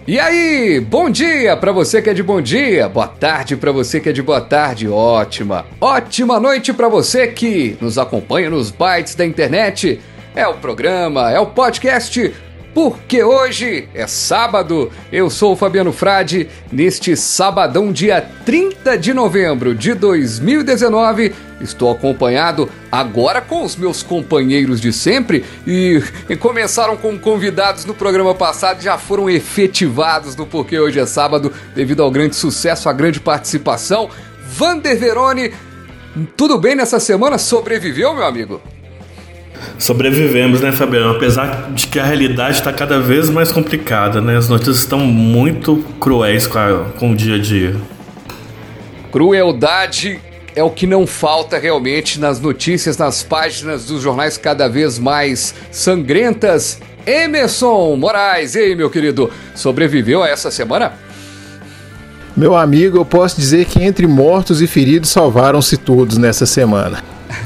E aí, bom dia pra você que é de bom dia, boa tarde pra você que é de boa tarde, ótima noite pra você que nos acompanha nos bytes da internet. É o programa, é o podcast, porque hoje é sábado. Eu sou o Fabiano Frade, neste sabadão, dia 30 de novembro de 2019, estou acompanhado agora com os meus companheiros de sempre e começaram como convidados no programa passado e já foram efetivados no Porque Hoje é Sábado, devido ao grande sucesso, à grande participação. Vander Veroni, tudo bem nessa semana? Sobreviveu, meu amigo? Sobrevivemos, né, Fabiano? Apesar de que a realidade está cada vez mais complicada, né? As notícias estão muito cruéis com o dia a dia. Crueldade é o que não falta realmente nas notícias, nas páginas dos jornais cada vez mais sangrentas. Emerson Moraes, e aí, meu querido, sobreviveu a essa semana? Meu amigo, eu posso dizer que entre mortos e feridos salvaram-se todos nessa semana.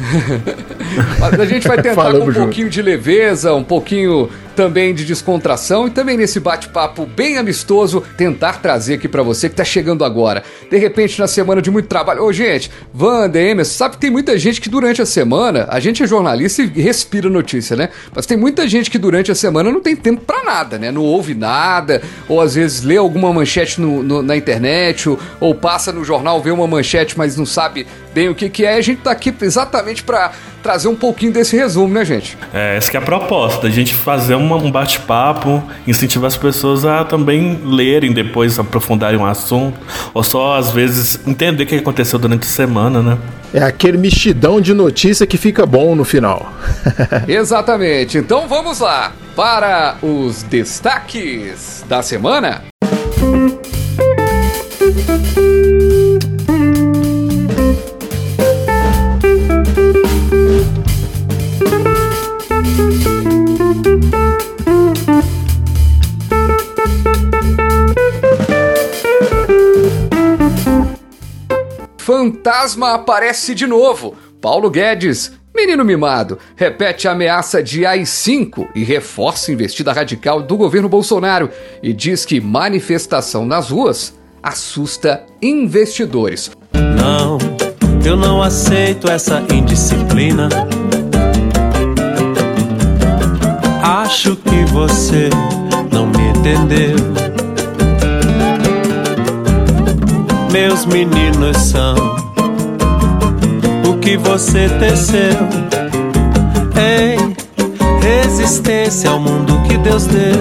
A gente vai tentar com um pouquinho de leveza, um pouquinho também de descontração e também nesse bate-papo bem amistoso tentar trazer aqui pra você que tá chegando agora, de repente na semana de muito trabalho. Ô gente, Vander, Emerson, sabe que tem muita gente que durante a semana, a gente é jornalista e respira notícia, né? Mas tem muita gente que durante a semana não tem tempo pra nada, né? Não ouve nada, ou às vezes lê alguma manchete na internet, ou passa no jornal, vê uma manchete, mas não sabe bem o que é. A gente tá aqui exatamente pra trazer um pouquinho desse resumo, né, gente? Essa que é a proposta, a gente fazer um bate-papo, incentivar as pessoas a também lerem depois, aprofundarem um assunto, ou só, às vezes, entender o que aconteceu durante a semana, né? É aquele mexidão de notícia que fica bom no final. Exatamente, então vamos lá para os destaques da semana. Fantasma aparece de novo. Paulo Guedes, menino mimado, repete a ameaça de AI-5 e reforça a investida radical do governo Bolsonaro e diz que manifestação nas ruas assusta investidores. Não, eu não aceito essa indisciplina. Acho que você não me entendeu. Meus meninos são o que você teceu em resistência ao mundo que Deus deu.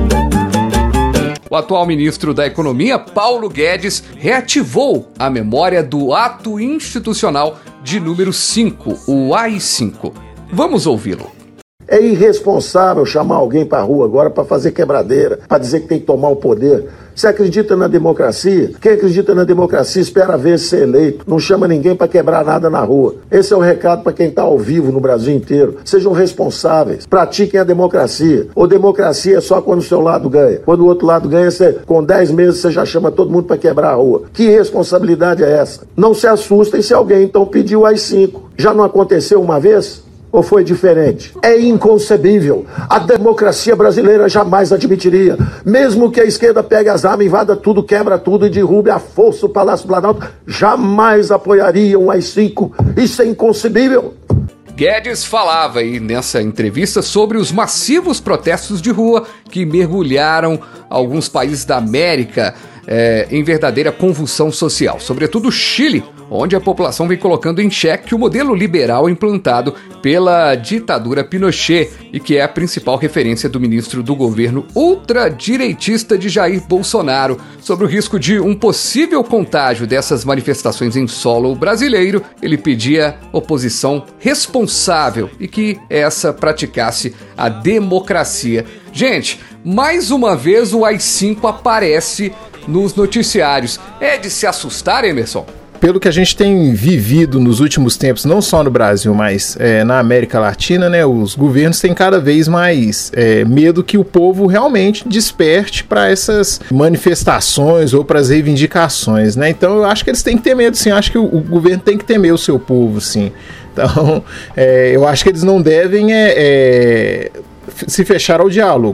O atual ministro da Economia, Paulo Guedes, reativou a memória do ato institucional de número 5, o AI-5. Vamos ouvi-lo. É irresponsável chamar alguém para a rua agora para fazer quebradeira, para dizer que tem que tomar o poder. Você acredita na democracia? Quem acredita na democracia espera ver ser eleito. Não chama ninguém para quebrar nada na rua. Esse é o recado para quem está ao vivo no Brasil inteiro. Sejam responsáveis. Pratiquem a democracia. Ou democracia é só quando o seu lado ganha. Quando o outro lado ganha, com 10 meses você já chama todo mundo para quebrar a rua. Que responsabilidade é essa? Não se assustem se alguém então pediu AI-5. Já não aconteceu uma vez? Ou foi diferente? É inconcebível. A democracia brasileira jamais admitiria. Mesmo que a esquerda pegue as armas, invada tudo, quebra tudo e derrube à força o Palácio do Planalto, jamais apoiaria um AI-5. Isso é inconcebível. Guedes falava aí nessa entrevista sobre os massivos protestos de rua que mergulharam alguns países da América em verdadeira convulsão social, sobretudo o Chile, onde a população vem colocando em xeque o modelo liberal implantado pela ditadura Pinochet e que é a principal referência do ministro do governo ultradireitista de Jair Bolsonaro. Sobre o risco de um possível contágio dessas manifestações em solo brasileiro, ele pedia oposição responsável e que essa praticasse a democracia. Gente, mais uma vez o AI-5 aparece nos noticiários. É de se assustar, Emerson? Pelo que a gente tem vivido nos últimos tempos, não só no Brasil, mas na América Latina, né, os governos têm cada vez mais medo que o povo realmente desperte para essas manifestações ou para as reivindicações, né? Então eu acho que eles têm que ter medo, sim. Eu acho que o governo tem que temer o seu povo, sim. Então eu acho que eles não devem se fechar ao diálogo.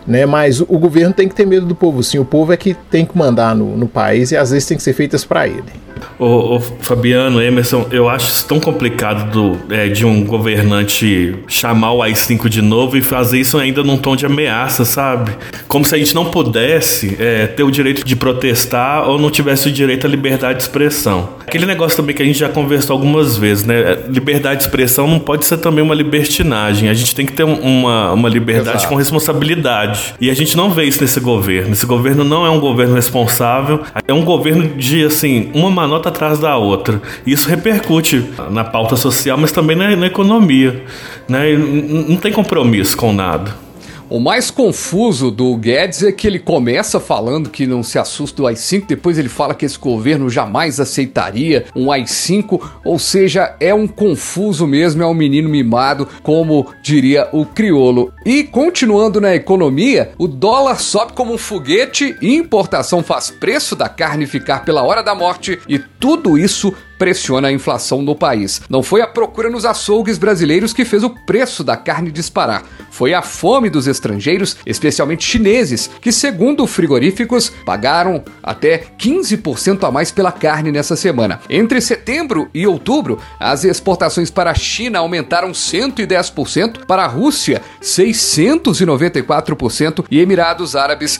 né? Mas o governo tem que ter medo do povo, sim. O povo é que tem que mandar no país e às vezes tem que ser feitas para ele. Ô, Fabiano, Emerson, eu acho isso tão complicado de um governante chamar o AI-5 de novo e fazer isso ainda num tom de ameaça, sabe? Como se a gente não pudesse ter o direito de protestar ou não tivesse o direito à liberdade de expressão. Aquele negócio também que a gente já conversou algumas vezes, né? Liberdade de expressão não pode ser também uma libertinagem. A gente tem que ter uma liberdade Exato. Com responsabilidade. E a gente não vê isso nesse governo. Esse governo não é um governo responsável. É um governo de, assim, uma manota atrás da outra. E isso repercute na pauta social, mas também na economia, né? Não tem compromisso com nada. O mais confuso do Guedes é que ele começa falando que não se assusta do AI-5, depois ele fala que esse governo jamais aceitaria um AI-5, ou seja, é um confuso mesmo, é um menino mimado, como diria o crioulo. E continuando na economia, o dólar sobe como um foguete e importação faz preço da carne ficar pela hora da morte e tudo isso pressiona a inflação no país. Não foi a procura nos açougues brasileiros que fez o preço da carne disparar. Foi a fome dos estrangeiros, especialmente chineses, que, segundo frigoríficos, pagaram até 15% a mais pela carne nessa semana. Entre setembro e outubro, as exportações para a China aumentaram 110%, para a Rússia 694% e Emirados Árabes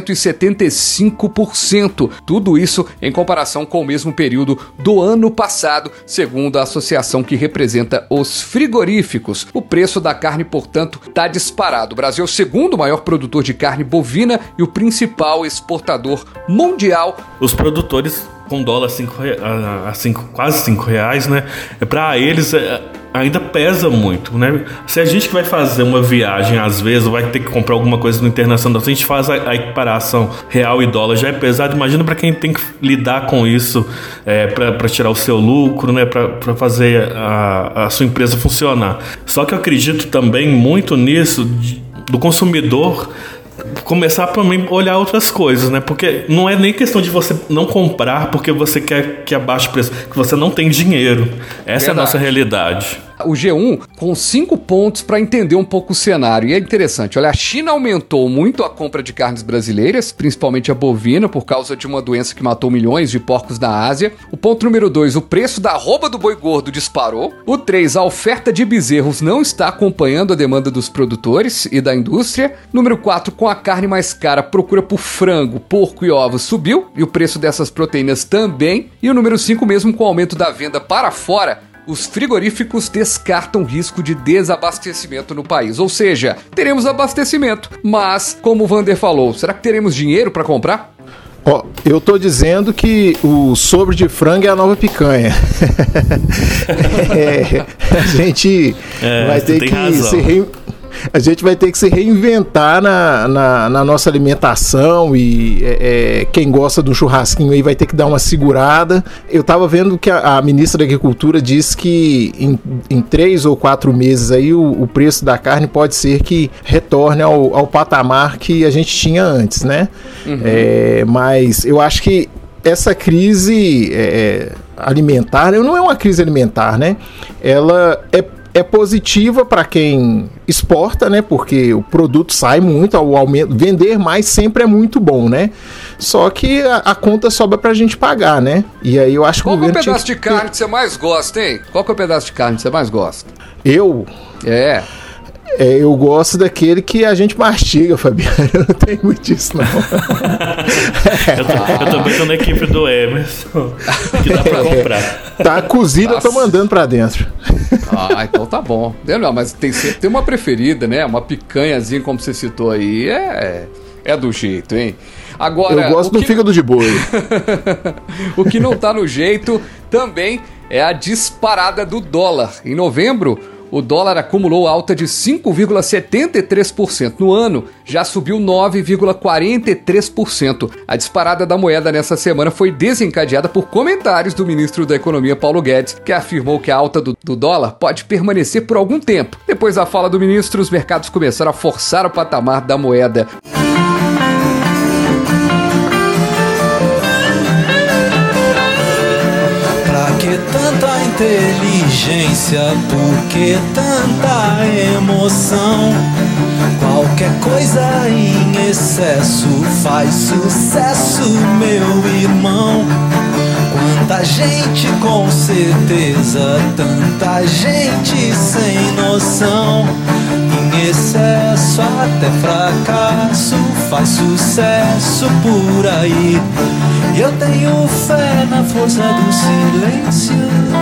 175%. Tudo isso em comparação com o mesmo período do ano passado, segundo a associação que representa os frigoríficos. O preço da carne, portanto, está disparado. O Brasil é o segundo maior produtor de carne bovina e o principal exportador mundial. Os produtores com dólar quase R$5, né? Para eles ainda pesa muito, né? Se a gente que vai fazer uma viagem, às vezes, vai ter que comprar alguma coisa no internacional, se a gente faz a equiparação real e dólar, já é pesado. Imagina para quem tem que lidar com isso, para tirar o seu lucro, né? Para fazer a sua empresa funcionar. Só que eu acredito também muito nisso do consumidor começar para mim olhar outras coisas, né? Porque não é nem questão de você não comprar porque você quer que abaixe o preço, que você não tem dinheiro. Essa é a nossa realidade. O G1 com 5 pontos para entender um pouco o cenário. E é interessante, olha, a China aumentou muito a compra de carnes brasileiras, principalmente a bovina, por causa de uma doença que matou milhões de porcos na Ásia. O ponto número 2, o preço da arroba do boi gordo disparou. O 3, a oferta de bezerros não está acompanhando a demanda dos produtores e da indústria. Número 4, com a carne mais cara, a procura por frango, porco e ovos subiu, e o preço dessas proteínas também. E o número 5, mesmo com o aumento da venda para fora, os frigoríficos descartam risco de desabastecimento no país. Ou seja, teremos abastecimento, mas, como o Vander falou, será que teremos dinheiro para comprar? Eu tô dizendo que o sobre de frango é a nova picanha. A gente vai ter que a gente vai ter que se reinventar na nossa alimentação e quem gosta do churrasquinho aí vai ter que dar uma segurada. Eu tava vendo que a ministra da Agricultura disse que em 3 ou 4 meses aí o preço da carne pode ser que retorne ao patamar que a gente tinha antes, né? Uhum. Mas eu acho que essa crise alimentar, não é uma crise alimentar, né? Ela é positiva para quem exporta, né? Porque o produto sai muito, ao aumento, vender mais sempre é muito bom, né? Só que a conta sobra pra gente pagar, né? E aí eu acho que o governo... Qual é o pedaço de carne que você mais gosta, hein? Qual que é o pedaço de carne que você mais gosta? Eu gosto daquele que a gente mastiga, Fabiano. Eu não tenho muito disso, não. Eu também tô na equipe do Emerson, que dá pra comprar. Tá cozido, eu tô mandando pra dentro. Ah, então tá bom. Não, mas sempre tem uma preferida, né? Uma picanhazinha, como você citou aí, é do jeito, hein? Agora, eu gosto do fígado de boi. O que não tá no jeito também é a disparada do dólar. Em novembro, o dólar acumulou alta de 5,73%. No ano, já subiu 9,43%. A disparada da moeda nessa semana foi desencadeada por comentários do ministro da Economia, Paulo Guedes, que afirmou que a alta do dólar pode permanecer por algum tempo. Depois da fala do ministro, os mercados começaram a forçar o patamar da moeda. Tanta inteligência, por que tanta emoção? Qual Qualquer coisa em excesso faz sucesso, meu irmão. Quanta gente com certeza, tanta gente sem noção. Em excesso até fracasso faz sucesso por aí. Eu tenho fé na força do silêncio.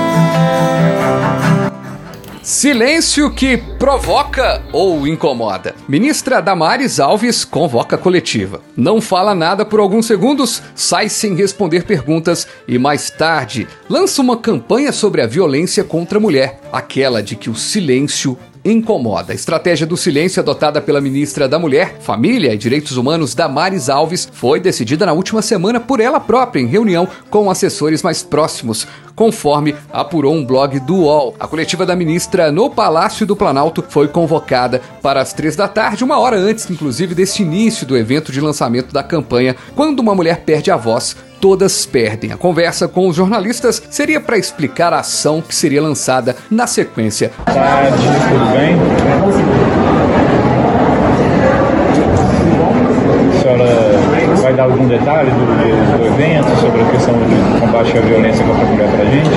Silêncio que provoca ou incomoda. Ministra Damares Alves convoca coletiva. Não fala nada por alguns segundos, sai sem responder perguntas e mais tarde lança uma campanha sobre a violência contra a mulher, aquela de que o silêncio incomoda. A estratégia do silêncio adotada pela ministra da Mulher, Família e Direitos Humanos, Damares Alves, foi decidida na última semana por ela própria em reunião com assessores mais próximos, conforme apurou um blog do UOL. A coletiva da ministra no Palácio do Planalto foi convocada para as 3 da tarde, uma hora antes, inclusive, desse início do evento de lançamento da campanha Quando uma Mulher Perde a Voz, Todas Perdem. A conversa com os jornalistas seria para explicar a ação que seria lançada na sequência. Boa tarde, tudo bem? A senhora vai dar algum detalhe do evento sobre a questão de combate à violência contra a mulher para a gente?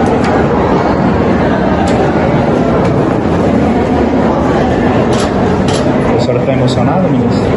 A senhora está emocionada, ministra?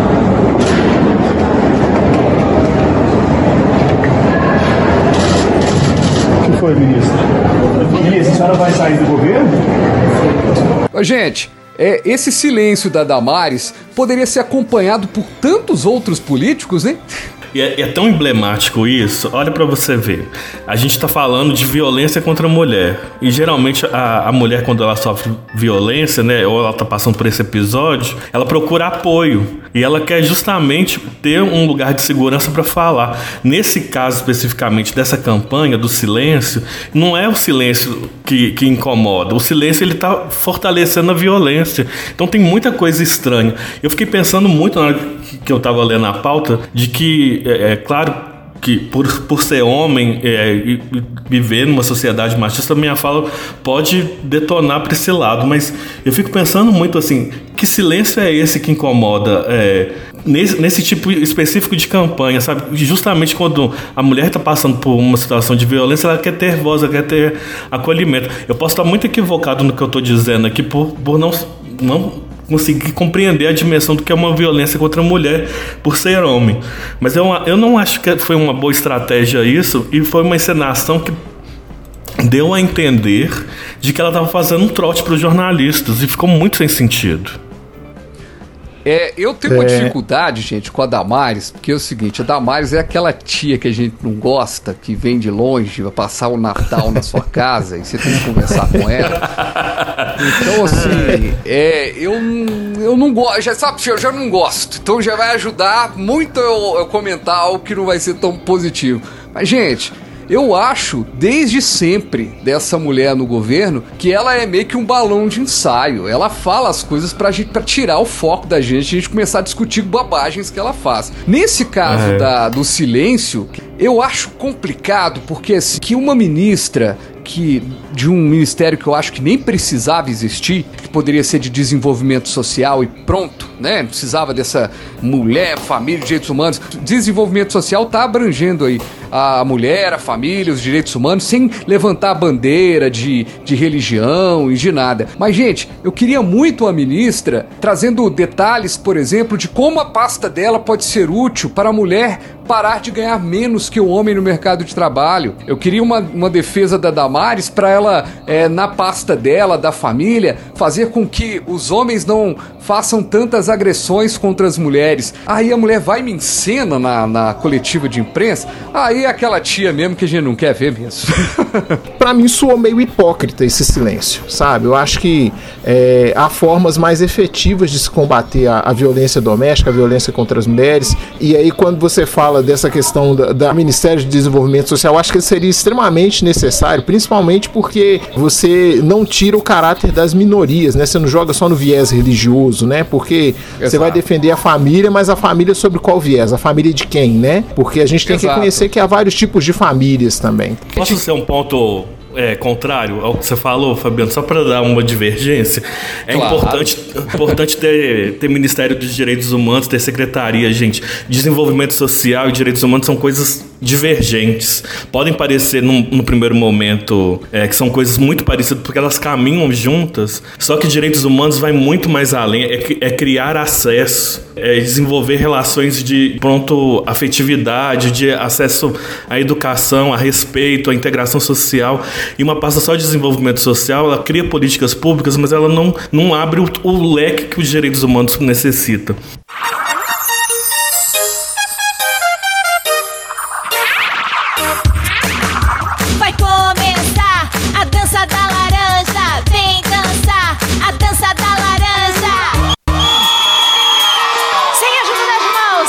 Foi, ministro. Ministro, a senhora vai sair do governo? Gente, esse silêncio da Damares poderia ser acompanhado por tantos outros políticos, hein? E é tão emblemático isso. Olha pra você ver. A gente tá falando de violência contra a mulher. E geralmente a mulher, quando ela sofre violência, né, ou ela tá passando por esse episódio, ela procura apoio. E ela quer justamente ter um lugar de segurança pra falar. Nesse caso especificamente dessa campanha do silêncio, não é o silêncio que incomoda. O silêncio, ele tá fortalecendo a violência. Então tem muita coisa estranha. Eu fiquei pensando muito na hora que eu tava lendo a pauta, de que é claro que por ser homem e viver numa sociedade machista, minha fala pode detonar para esse lado, mas eu fico pensando muito assim, que silêncio é esse que incomoda nesse tipo específico de campanha, sabe? Justamente quando a mulher está passando por uma situação de violência, ela quer ter voz, ela quer ter acolhimento. Eu posso estar muito equivocado no que eu estou dizendo aqui por não conseguir compreender a dimensão do que é uma violência contra a mulher por ser homem. Mas eu não acho que foi uma boa estratégia isso, e foi uma encenação que deu a entender de que ela estava fazendo um trote para os jornalistas, e ficou muito sem sentido. Eu tenho uma dificuldade, gente, com a Damares, porque é o seguinte, a Damares é aquela tia que a gente não gosta, que vem de longe, vai passar o Natal na sua casa e você tem que conversar com ela. Então, assim, eu não gosto, já sabe, eu já não gosto. Então já vai ajudar muito eu comentar algo que não vai ser tão positivo. Mas, gente, eu acho, desde sempre, dessa mulher no governo, que ela é meio que um balão de ensaio. Ela fala as coisas pra tirar o foco da gente, a gente começar a discutir bobagens que ela faz. Nesse caso do silêncio, eu acho complicado, porque assim, que uma ministra de um ministério que eu acho que nem precisava existir, que poderia ser de desenvolvimento social e pronto, né? Não precisava dessa mulher, família, direitos humanos. Desenvolvimento social tá abrangendo aí a mulher, a família, os direitos humanos, sem levantar a bandeira de religião e de nada. Mas, gente, eu queria muito a ministra trazendo detalhes, por exemplo, de como a pasta dela pode ser útil para a mulher parar de ganhar menos que o homem no mercado de trabalho. Eu queria uma defesa da Damares para ela, na pasta dela, da família, fazer com que os homens não façam tantas agressões contra as mulheres. Aí a mulher vai e me encena na coletiva de imprensa, aí é aquela tia mesmo que a gente não quer ver mesmo. Pra mim soou meio hipócrita esse silêncio, sabe? Eu acho que há formas mais efetivas de se combater a violência doméstica, a violência contra as mulheres, e aí quando você fala dessa questão da Ministério de Desenvolvimento Social, eu acho que seria extremamente necessário, principalmente porque você não tira o caráter das minorias, né? Você não joga só no viés religioso, né? Porque você vai defender a família, mas a família sobre qual viés? A família de quem, né? Porque a gente tem que reconhecer que há vários tipos de famílias também. Posso ser um ponto contrário ao que você falou, Fabiano, só para dar uma divergência. É claro. importante ter Ministério dos Direitos Humanos, ter secretaria, gente. Desenvolvimento social e direitos humanos são coisas divergentes. Podem parecer no primeiro momento que são coisas muito parecidas porque elas caminham juntas, só que direitos humanos vai muito mais além, é criar acesso, é desenvolver relações de afetividade, de acesso à educação, a respeito, à integração social. E uma pasta só de desenvolvimento social, ela cria políticas públicas, mas ela não abre o leque que os direitos humanos necessitam. Vai começar a dança da laranja, vem dançar a dança da laranja. Sem ajuda das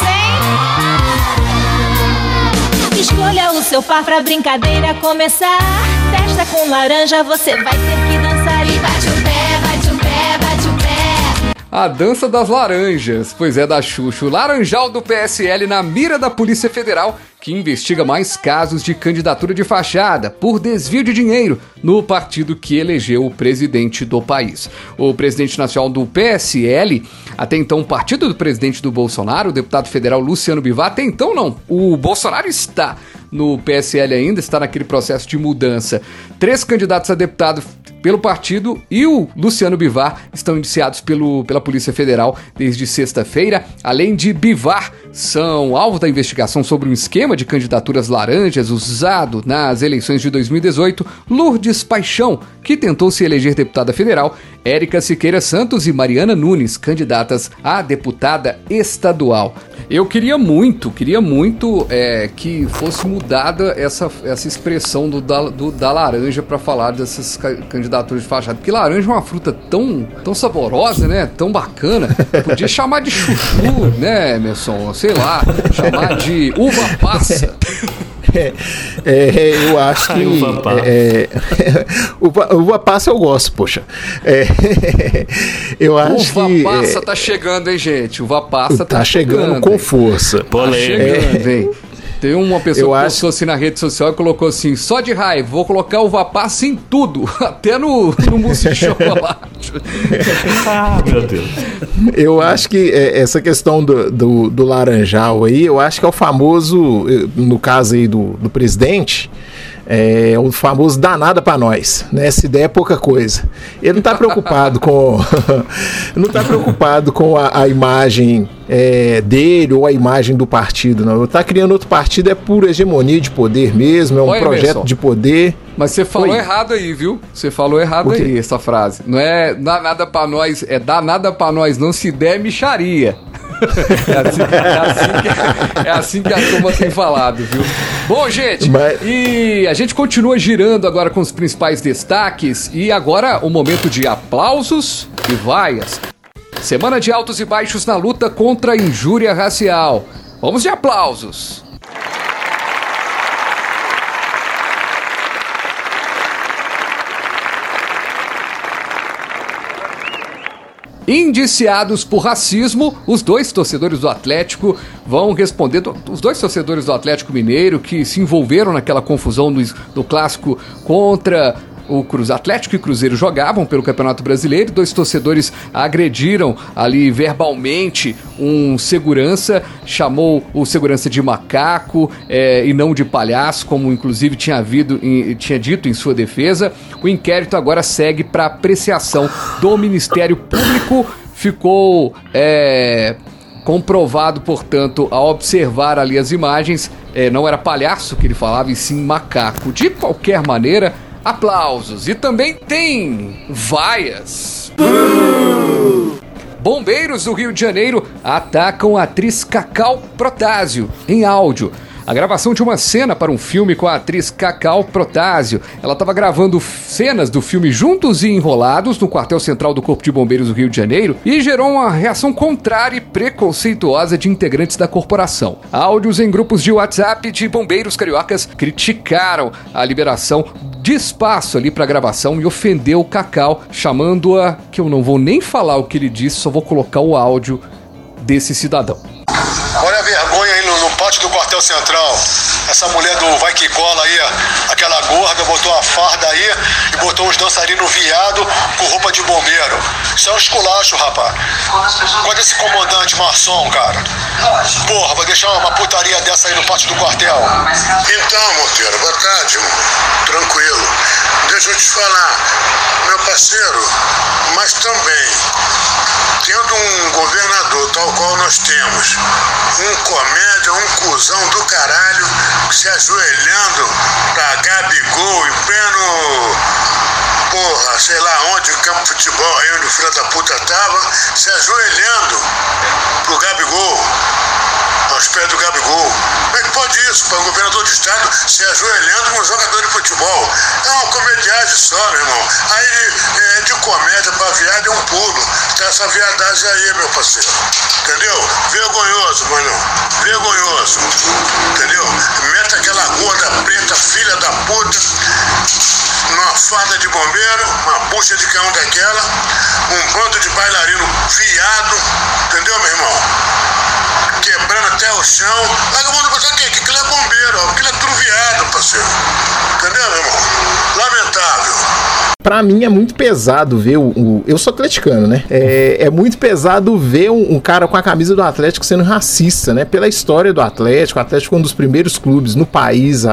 mãos, hein? Escolha o seu par pra brincadeira começar. Festa com laranja, você vai ter que dançar e bate o pé, bate o pé, bate o pé. A dança das laranjas, pois é da Xuxa. O Laranjal do PSL na mira da Polícia Federal, que investiga mais casos de candidatura de fachada por desvio de dinheiro no partido que elegeu o presidente do país. O presidente nacional do PSL, até então o partido do presidente do Bolsonaro, o deputado federal Luciano Bivar, até então não, o Bolsonaro está no PSL ainda, está naquele processo de mudança. 3 candidatos a deputado pelo partido e o Luciano Bivar estão indiciados pela Polícia Federal desde sexta-feira. Além de Bivar, são alvo da investigação sobre um esquema de candidaturas laranjas usado nas eleições de 2018, Lourdes Paixão, que tentou se eleger deputada federal, Érica Siqueira Santos e Mariana Nunes, candidatas a deputada estadual. Eu queria muito que fosse mudada essa expressão da laranja para falar dessas candidaturas de fachada, porque laranja é uma fruta tão saborosa, né? Tão bacana. Podia chamar de chuchu, né, Emerson? Sei lá, chamar de uva passa. Eu acho que uva passa eu gosto, poxa. Eu acho uva passa tá chegando, hein, gente? Uva passa tá chegando com força. Tá chegando, hein? Tem uma pessoa que postou assim na rede social e colocou assim: só de raiva, vou colocar uva passa em tudo, até no mousse de chocolate. Meu Deus. Eu acho que essa questão do laranjal aí, eu acho que é o famoso, no caso aí do presidente, é o famoso danada pra nós, né? Essa ideia é pouca coisa. Ele não tá preocupado com a imagem dele ou a imagem do partido, não. Ele tá criando outro partido, é pura hegemonia de poder mesmo, é um projeto Emerson, de poder. Mas você falou errado aí, viu? Você falou errado aí, essa frase. Não é danada pra nós, é danada pra nós, não se der micharia. É assim que a turma tem falado, viu? Bom, gente, e a gente continua girando agora com os principais destaques. E agora o momento de aplausos e vaias. Semana de altos e baixos na luta contra a injúria racial. Vamos de aplausos. Indiciados por racismo, os 2 torcedores do Atlético vão responder. Os 2 torcedores do Atlético Mineiro que se envolveram naquela confusão do clássico contra o Atlético e Cruzeiro jogavam pelo Campeonato Brasileiro. 2 torcedores agrediram ali verbalmente um segurança, chamou o segurança de macaco e não de palhaço, como inclusive tinha dito em sua defesa. O inquérito agora segue para apreciação do Ministério Público. Ficou comprovado, portanto, ao observar ali as imagens, não era palhaço que ele falava, e sim macaco. De qualquer maneira, aplausos. E também tem vaias. Bombeiros do Rio de Janeiro atacam a atriz Cacau Protásio em áudio. A gravação de uma cena para um filme com a atriz Cacau Protásio. Ela estava gravando cenas do filme Juntos e Enrolados no quartel central do Corpo de Bombeiros do Rio de Janeiro e gerou uma reação contrária e preconceituosa de integrantes da corporação. Áudios em grupos de WhatsApp de bombeiros cariocas criticaram a liberação de espaço ali para gravação e ofendeu o Cacau, chamando-a, que eu não vou nem falar o que ele disse, só vou colocar o áudio desse cidadão. Olha a vergonha aí, não pode pátio do quartel central. Essa mulher do Vai Que Cola aí, aquela gorda, botou a farda aí e botou uns dançarinos viado com roupa de bombeiro. Isso é um esculacho, rapaz. Quando esse comandante Marçom, cara? Porra, vai deixar uma putaria dessa aí no pátio do quartel? Então, Monteiro, boa tarde, irmão. Tranquilo. Deixa eu te falar, meu parceiro, mas também, tendo um governador tal qual nós temos, um comédia, um cuzão do caralho, se ajoelhando pra Gabigol em pleno, porra, sei lá onde, campo de futebol, aí onde o filho da puta tava, se ajoelhando pro Gabigol, aos pés do Gabigol. Como é que pode isso, para um governador de estado se ajoelhando com um jogador de futebol? É uma comediagem só, meu irmão. Aí de comédia pra viado é um pulo. Tá essa viadagem aí, meu parceiro. Entendeu? Vergonhoso, mano. Vergonhoso. Entendeu? Mete aquela gorda preta, filha da puta, numa farda de bombeiro, uma bucha de cão daquela, um bando de bailarino viado, entendeu, meu irmão? Quebrando até o chão. Aí o mundo pensa que aquilo é bombeiro, ó, aquilo é tudo viado, parceiro. Entendeu, meu irmão? Lamentável. Pra mim é muito pesado ver eu sou atleticano, né? É muito pesado ver um cara com a camisa do Atlético sendo racista, né? Pela história do Atlético. O Atlético é um dos primeiros clubes no país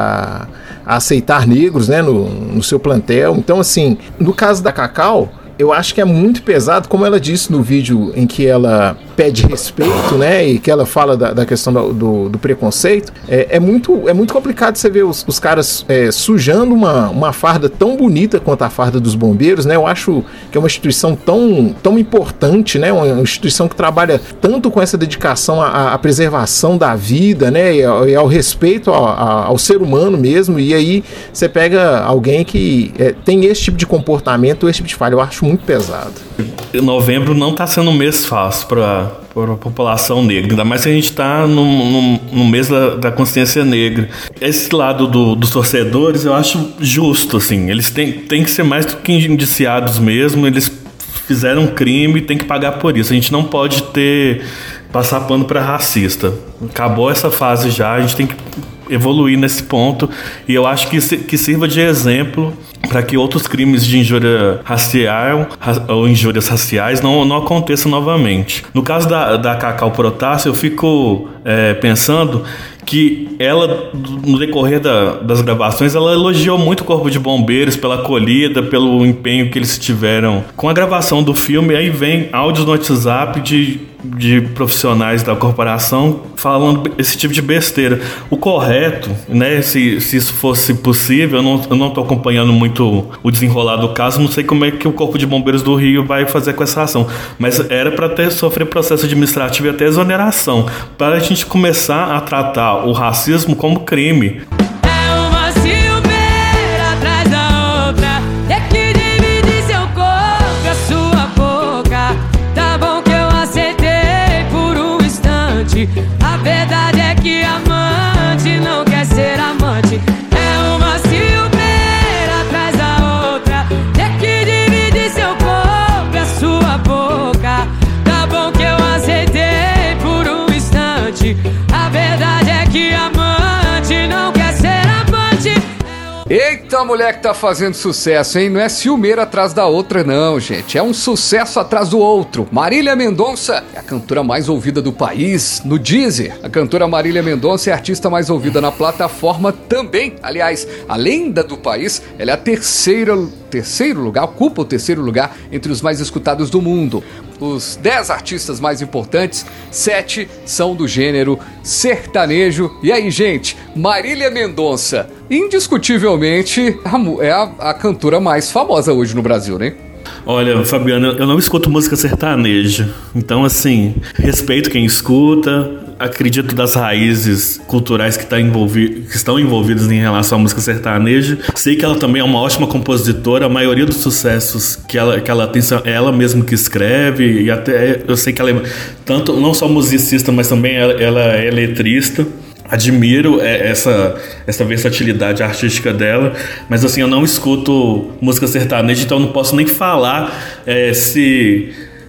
a aceitar negros, né? No seu plantel. Então, assim, no caso da Cacau, eu acho que é muito pesado, como ela disse no vídeo em que ela pede respeito, né, e que ela fala da questão do preconceito. É muito complicado você ver os caras sujando uma farda tão bonita quanto a farda dos bombeiros, né? Eu acho que é uma instituição tão importante, né, uma instituição que trabalha tanto com essa dedicação à preservação da vida, né, e ao respeito ao ser humano mesmo, e aí você pega alguém que tem esse tipo de comportamento, esse tipo de falha. Eu acho muito pesado. Novembro não está sendo um mês fácil para a população negra, ainda mais que a gente está no mês da consciência negra. Esse lado dos torcedores eu acho justo, assim, eles têm que ser mais do que indiciados mesmo, eles fizeram um crime e tem que pagar por isso. A gente não pode passar pano para racista. Acabou essa fase já, a gente tem que evoluir nesse ponto, e eu acho que sirva de exemplo para que outros crimes de injúria racial ou injúrias raciais não aconteçam novamente. No caso da Cacau Protásio, eu fico pensando que ela, no decorrer das gravações, ela elogiou muito o Corpo de Bombeiros pela acolhida, pelo empenho que eles tiveram com a gravação do filme. Aí vem áudios no WhatsApp de profissionais da corporação falando esse tipo de besteira. O correto, né, se isso fosse possível, eu não estou acompanhando muito o desenrolar do caso, não sei como é que o Corpo de Bombeiros do Rio vai fazer com essa ação, mas era para sofrer processo administrativo e até exoneração, para a gente começar a tratar o racismo como crime. A verdade é que amante não quer ser amante. É uma ciumeira atrás da outra. Ter que dividir seu corpo e a sua boca. Tá bom que eu aceitei por um instante. A verdade é que amante não quer ser amante. Eita, mulher que tá fazendo sucesso, hein? Não é ciumeira atrás da outra, não, gente. É um sucesso atrás do outro. Marília Mendonça é a cantora mais ouvida do país no Deezer. A cantora Marília Mendonça é a artista mais ouvida na plataforma também. Aliás, além da do país, ela é a terceiro lugar, ocupa o terceiro lugar entre os mais escutados do mundo. Os 10 artistas mais importantes, 7 são do gênero sertanejo. E aí, gente, Marília Mendonça, indiscutivelmente, é a cantora mais famosa hoje no Brasil, né? Olha, Fabiano, eu não escuto música sertaneja. Então, assim, respeito quem escuta, acredito das raízes culturais que estão envolvidas em relação à música sertaneja. Sei que ela também é uma ótima compositora. A maioria dos sucessos que ela tem, é ela mesma que escreve. E até eu sei que ela é tanto, não só musicista, mas também ela é letrista. Admiro essa versatilidade artística dela, mas assim, eu não escuto música sertaneja, então eu não posso nem falar se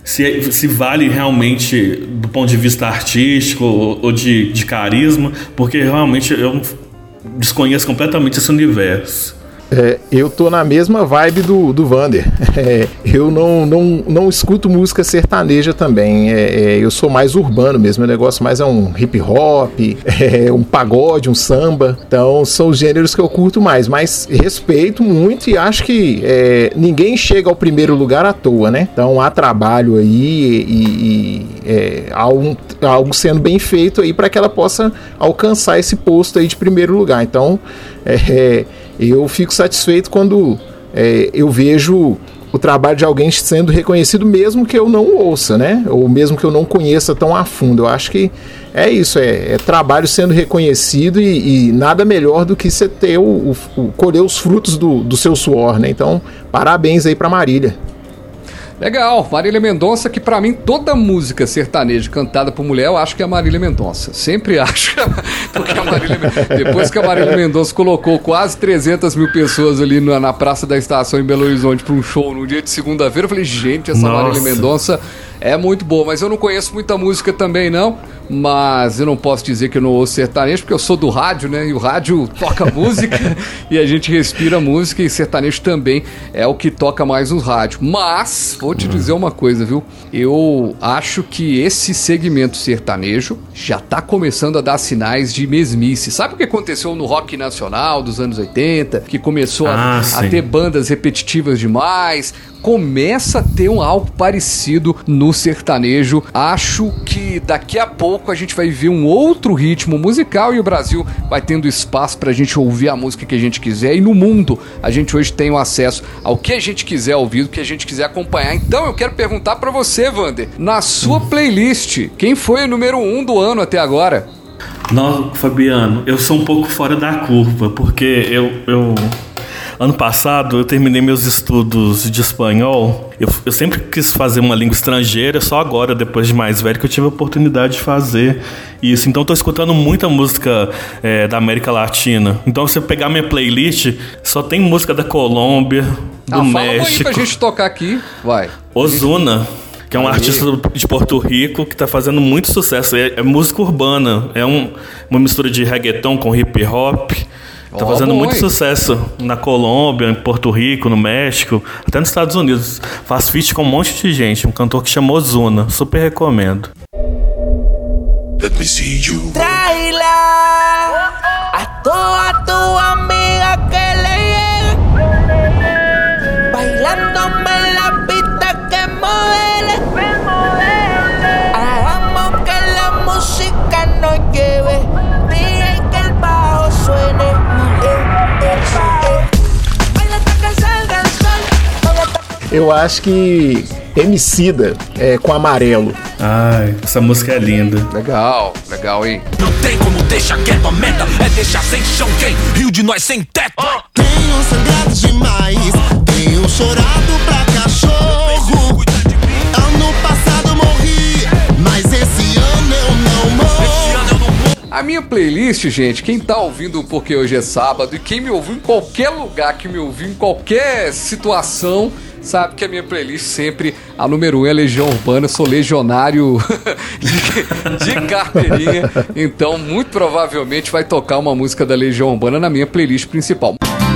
se vale realmente do ponto de vista artístico ou de carisma, porque realmente eu desconheço completamente esse universo. Eu tô na mesma vibe do Vander. Eu não escuto música sertaneja também. Eu sou mais urbano mesmo. Meu negócio mais é um hip hop, um pagode, um samba. Então são os gêneros que eu curto mais. Mas respeito muito e acho que ninguém chega ao primeiro lugar à toa, né? Então há trabalho aí e algo sendo bem feito aí para que ela possa alcançar esse posto aí de primeiro lugar. Então eu fico satisfeito quando eu vejo o trabalho de alguém sendo reconhecido, mesmo que eu não ouça, né? Ou mesmo que eu não conheça tão a fundo. Eu acho que é isso, é trabalho sendo reconhecido e nada melhor do que você ter colher os frutos do seu suor, né? Então, parabéns aí pra Marília. Legal, Marília Mendonça, que pra mim toda música sertaneja cantada por mulher, eu acho que é a Marília Mendonça. Sempre acho, porque depois que a Marília Mendonça colocou quase 300 mil pessoas ali na Praça da Estação em Belo Horizonte pra um show no dia de segunda-feira, eu falei, gente, essa Marília Mendonça é muito boa, mas eu não conheço muita música também não, mas eu não posso dizer que eu não ouço sertanejo, porque eu sou do rádio, né, e o rádio toca música e a gente respira música, e sertanejo também é o que toca mais no rádio. Mas vou te dizer uma coisa, viu, eu acho que esse segmento sertanejo já tá começando a dar sinais de mesmice. Sabe o que aconteceu no rock nacional dos anos 80, que começou a ter bandas repetitivas demais? Começa a ter algo parecido no sertanejo. Acho que daqui a pouco a gente vai ver um outro ritmo musical e o Brasil vai tendo espaço pra gente ouvir a música que a gente quiser. E no mundo a gente hoje tem o acesso ao que a gente quiser ouvir, o que a gente quiser acompanhar. Então eu quero perguntar pra você, Vander, na sua playlist, quem foi o número 1 do ano até agora? Não, Fabiano, eu sou um pouco fora da curva, porque ano passado eu terminei meus estudos de espanhol. Eu sempre quis fazer uma língua estrangeira, só agora, depois de mais velho, que eu tive a oportunidade de fazer isso. Então eu tô escutando muita música da América Latina. Então se você pegar minha playlist, só tem música da Colômbia, do México. Fala aí pra gente tocar aqui, vai. Ozuna, que é um artista de Porto Rico que tá fazendo muito sucesso. É música urbana, é uma mistura de reggaeton com hip hop. Tá fazendo muito sucesso na Colômbia, em Porto Rico, no México, até nos Estados Unidos. Faz feat com um monte de gente. Um cantor que chamou Ozuna. Super recomendo. Let me see you. Tráela a toda tu amiga que le llegue, bailándome en la pista que modele. Hagamos que la música nos lleve, dije que el bajo suene. Eu acho que Emicida com Amarelo. Ai, essa música é linda. Legal, hein? Não tem como deixar quieto, a meta é deixar sem chão quem rio de nós sem teto. Tenho sangrado demais, tenho chorado pra cachorro. Ano passado morri, mas esse ano eu não morro. A minha playlist, gente, quem tá ouvindo porque hoje é sábado e quem me ouviu em qualquer lugar, que me ouviu em qualquer situação, sabe que a minha playlist sempre, a número 1 é Legião Urbana. Eu sou legionário de carteirinha, então muito provavelmente vai tocar uma música da Legião Urbana na minha playlist principal.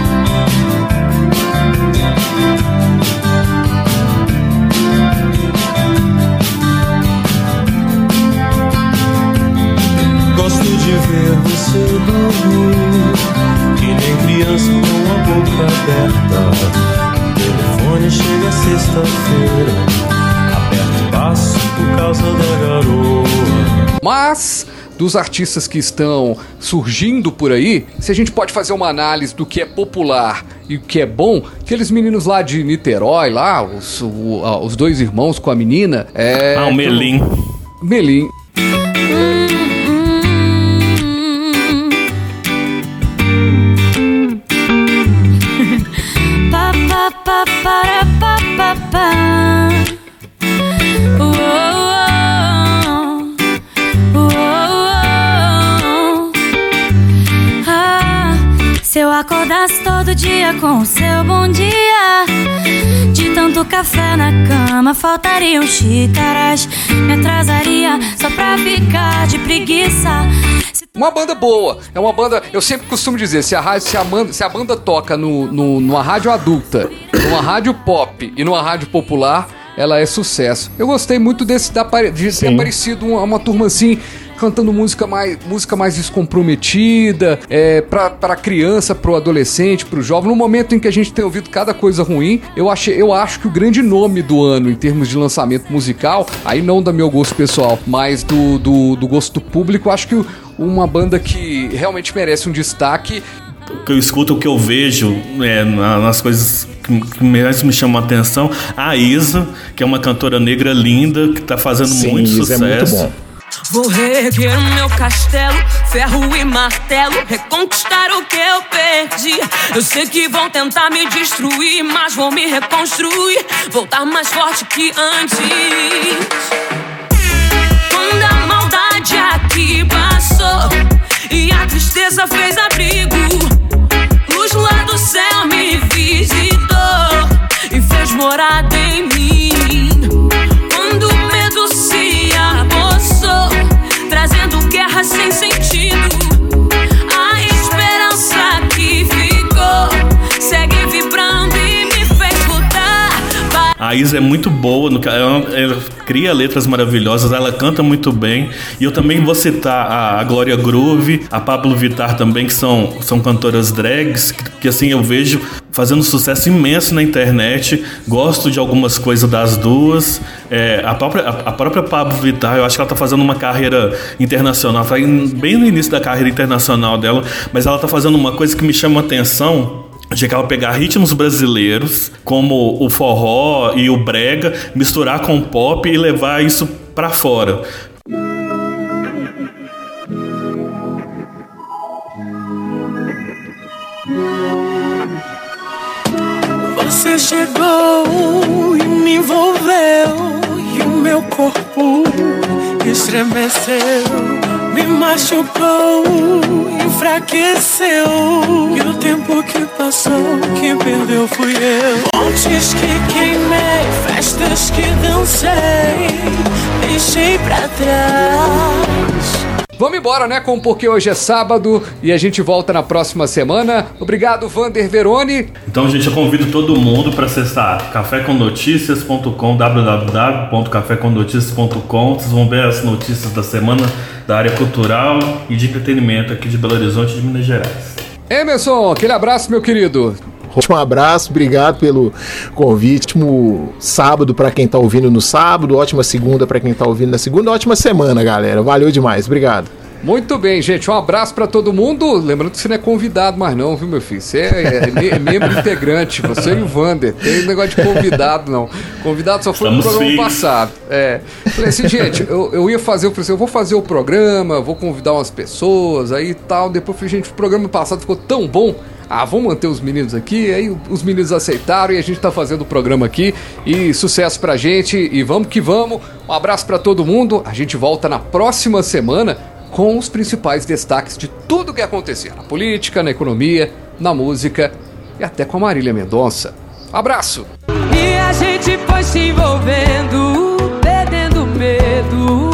Gosto de ver você dormir, que nem criança com a boca aberta. Telefone chega sexta-feira, aperta o passo por causa da garoa. Mas dos artistas que estão surgindo por aí, se a gente pode fazer uma análise do que é popular e o que é bom, aqueles meninos lá de Niterói, lá, os dois irmãos com a menina, o Melim. Melim. Se eu acordasse todo dia com o seu bom dia, de De tanto café na cama, faltariam xícaras. Me atrasaria só pra ficar de preguiça. Uma banda boa, é uma banda, eu sempre costumo dizer, se a banda toca numa rádio adulta, numa rádio pop e numa rádio popular, ela é sucesso. Eu gostei muito de ter aparecido uma turma assim, cantando música mais descomprometida, pra criança, pro adolescente, pro jovem. No momento em que a gente tem ouvido cada coisa ruim, eu acho que o grande nome do ano em termos de lançamento musical, aí não do meu gosto pessoal, mas do gosto do público, acho que uma banda que realmente merece um destaque. O que eu escuto, o que eu vejo nas coisas que mais me chamam a atenção, a Isa, que é uma cantora negra linda, que tá fazendo muito sucesso. É muito bom. Vou reerguer o meu castelo, ferro e martelo, reconquistar o que eu perdi. Eu sei que vão tentar me destruir, mas vou me reconstruir, voltar mais forte que antes. Quando a maldade aqui passou e a tristeza fez abrigo, luz lá do céu me visitou e fez morada em mim. Quando o medo se apossou, trazendo guerra sem sentido, a esperança que ficou segue vibrando e me fez lutar. A Isa é muito boa, ela cria letras maravilhosas, ela canta muito bem. E eu também vou citar a Glória Groove, a Pablo Vittar também, que são cantoras drags, que assim eu vejo fazendo sucesso imenso na internet. Gosto de algumas coisas das duas. A própria Pablo Vittar, eu acho que ela tá fazendo uma carreira internacional, tá bem no início da carreira internacional dela, mas ela tá fazendo uma coisa que me chama a atenção, de que ela pegar ritmos brasileiros, como o forró e o brega, misturar com o pop e levar isso pra fora. Você chegou e me envolveu, e o meu corpo estremeceu, me machucou, enfraqueceu, e o tempo que passou, quem perdeu fui eu. Pontes que queimei, festas que dancei, deixei pra trás. Vamos embora, né, porque hoje é sábado e a gente volta na próxima semana. Obrigado, Vander Veroni. Então, gente, eu convido todo mundo para acessar cafécomnoticias.com, www.cafécomnoticias.com. Vocês vão ver as notícias da semana da área cultural e de entretenimento aqui de Belo Horizonte, de Minas Gerais. Emerson, aquele abraço, meu querido. Um abraço, obrigado pelo convite. Ótimo sábado para quem tá ouvindo no sábado, ótima segunda para quem tá ouvindo na segunda, ótima semana, galera. Valeu demais, obrigado. Muito bem, gente, um abraço pra todo mundo. Lembrando que você não é convidado mais não, viu, meu filho? Você é membro integrante, você e o Vander. Tem negócio de convidado, não. Convidado só foi no programa passado. Falei assim, gente, eu ia fazer, eu vou fazer o programa, vou convidar umas pessoas aí e tal. Depois falei, gente, o programa passado ficou tão bom. Vamos manter os meninos aqui. Aí os meninos aceitaram e a gente tá fazendo o programa aqui. E sucesso pra gente e vamos que vamos. Um abraço pra todo mundo. A gente volta na próxima semana com os principais destaques de tudo que acontecer na política, na economia, na música e até com a Marília Mendonça. Abraço! E a gente foi se envolvendo, perdendo medo.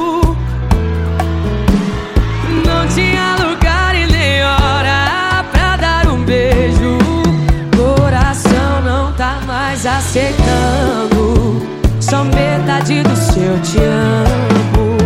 Não tinha lugar e nem hora pra dar um beijo. Coração não tá mais aceitando só metade do seu te amo.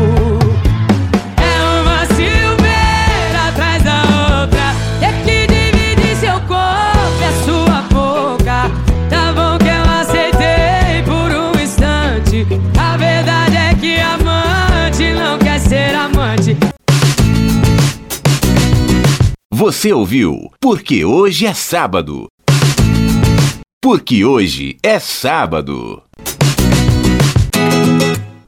Você ouviu Porque Hoje é Sábado. Porque hoje é sábado.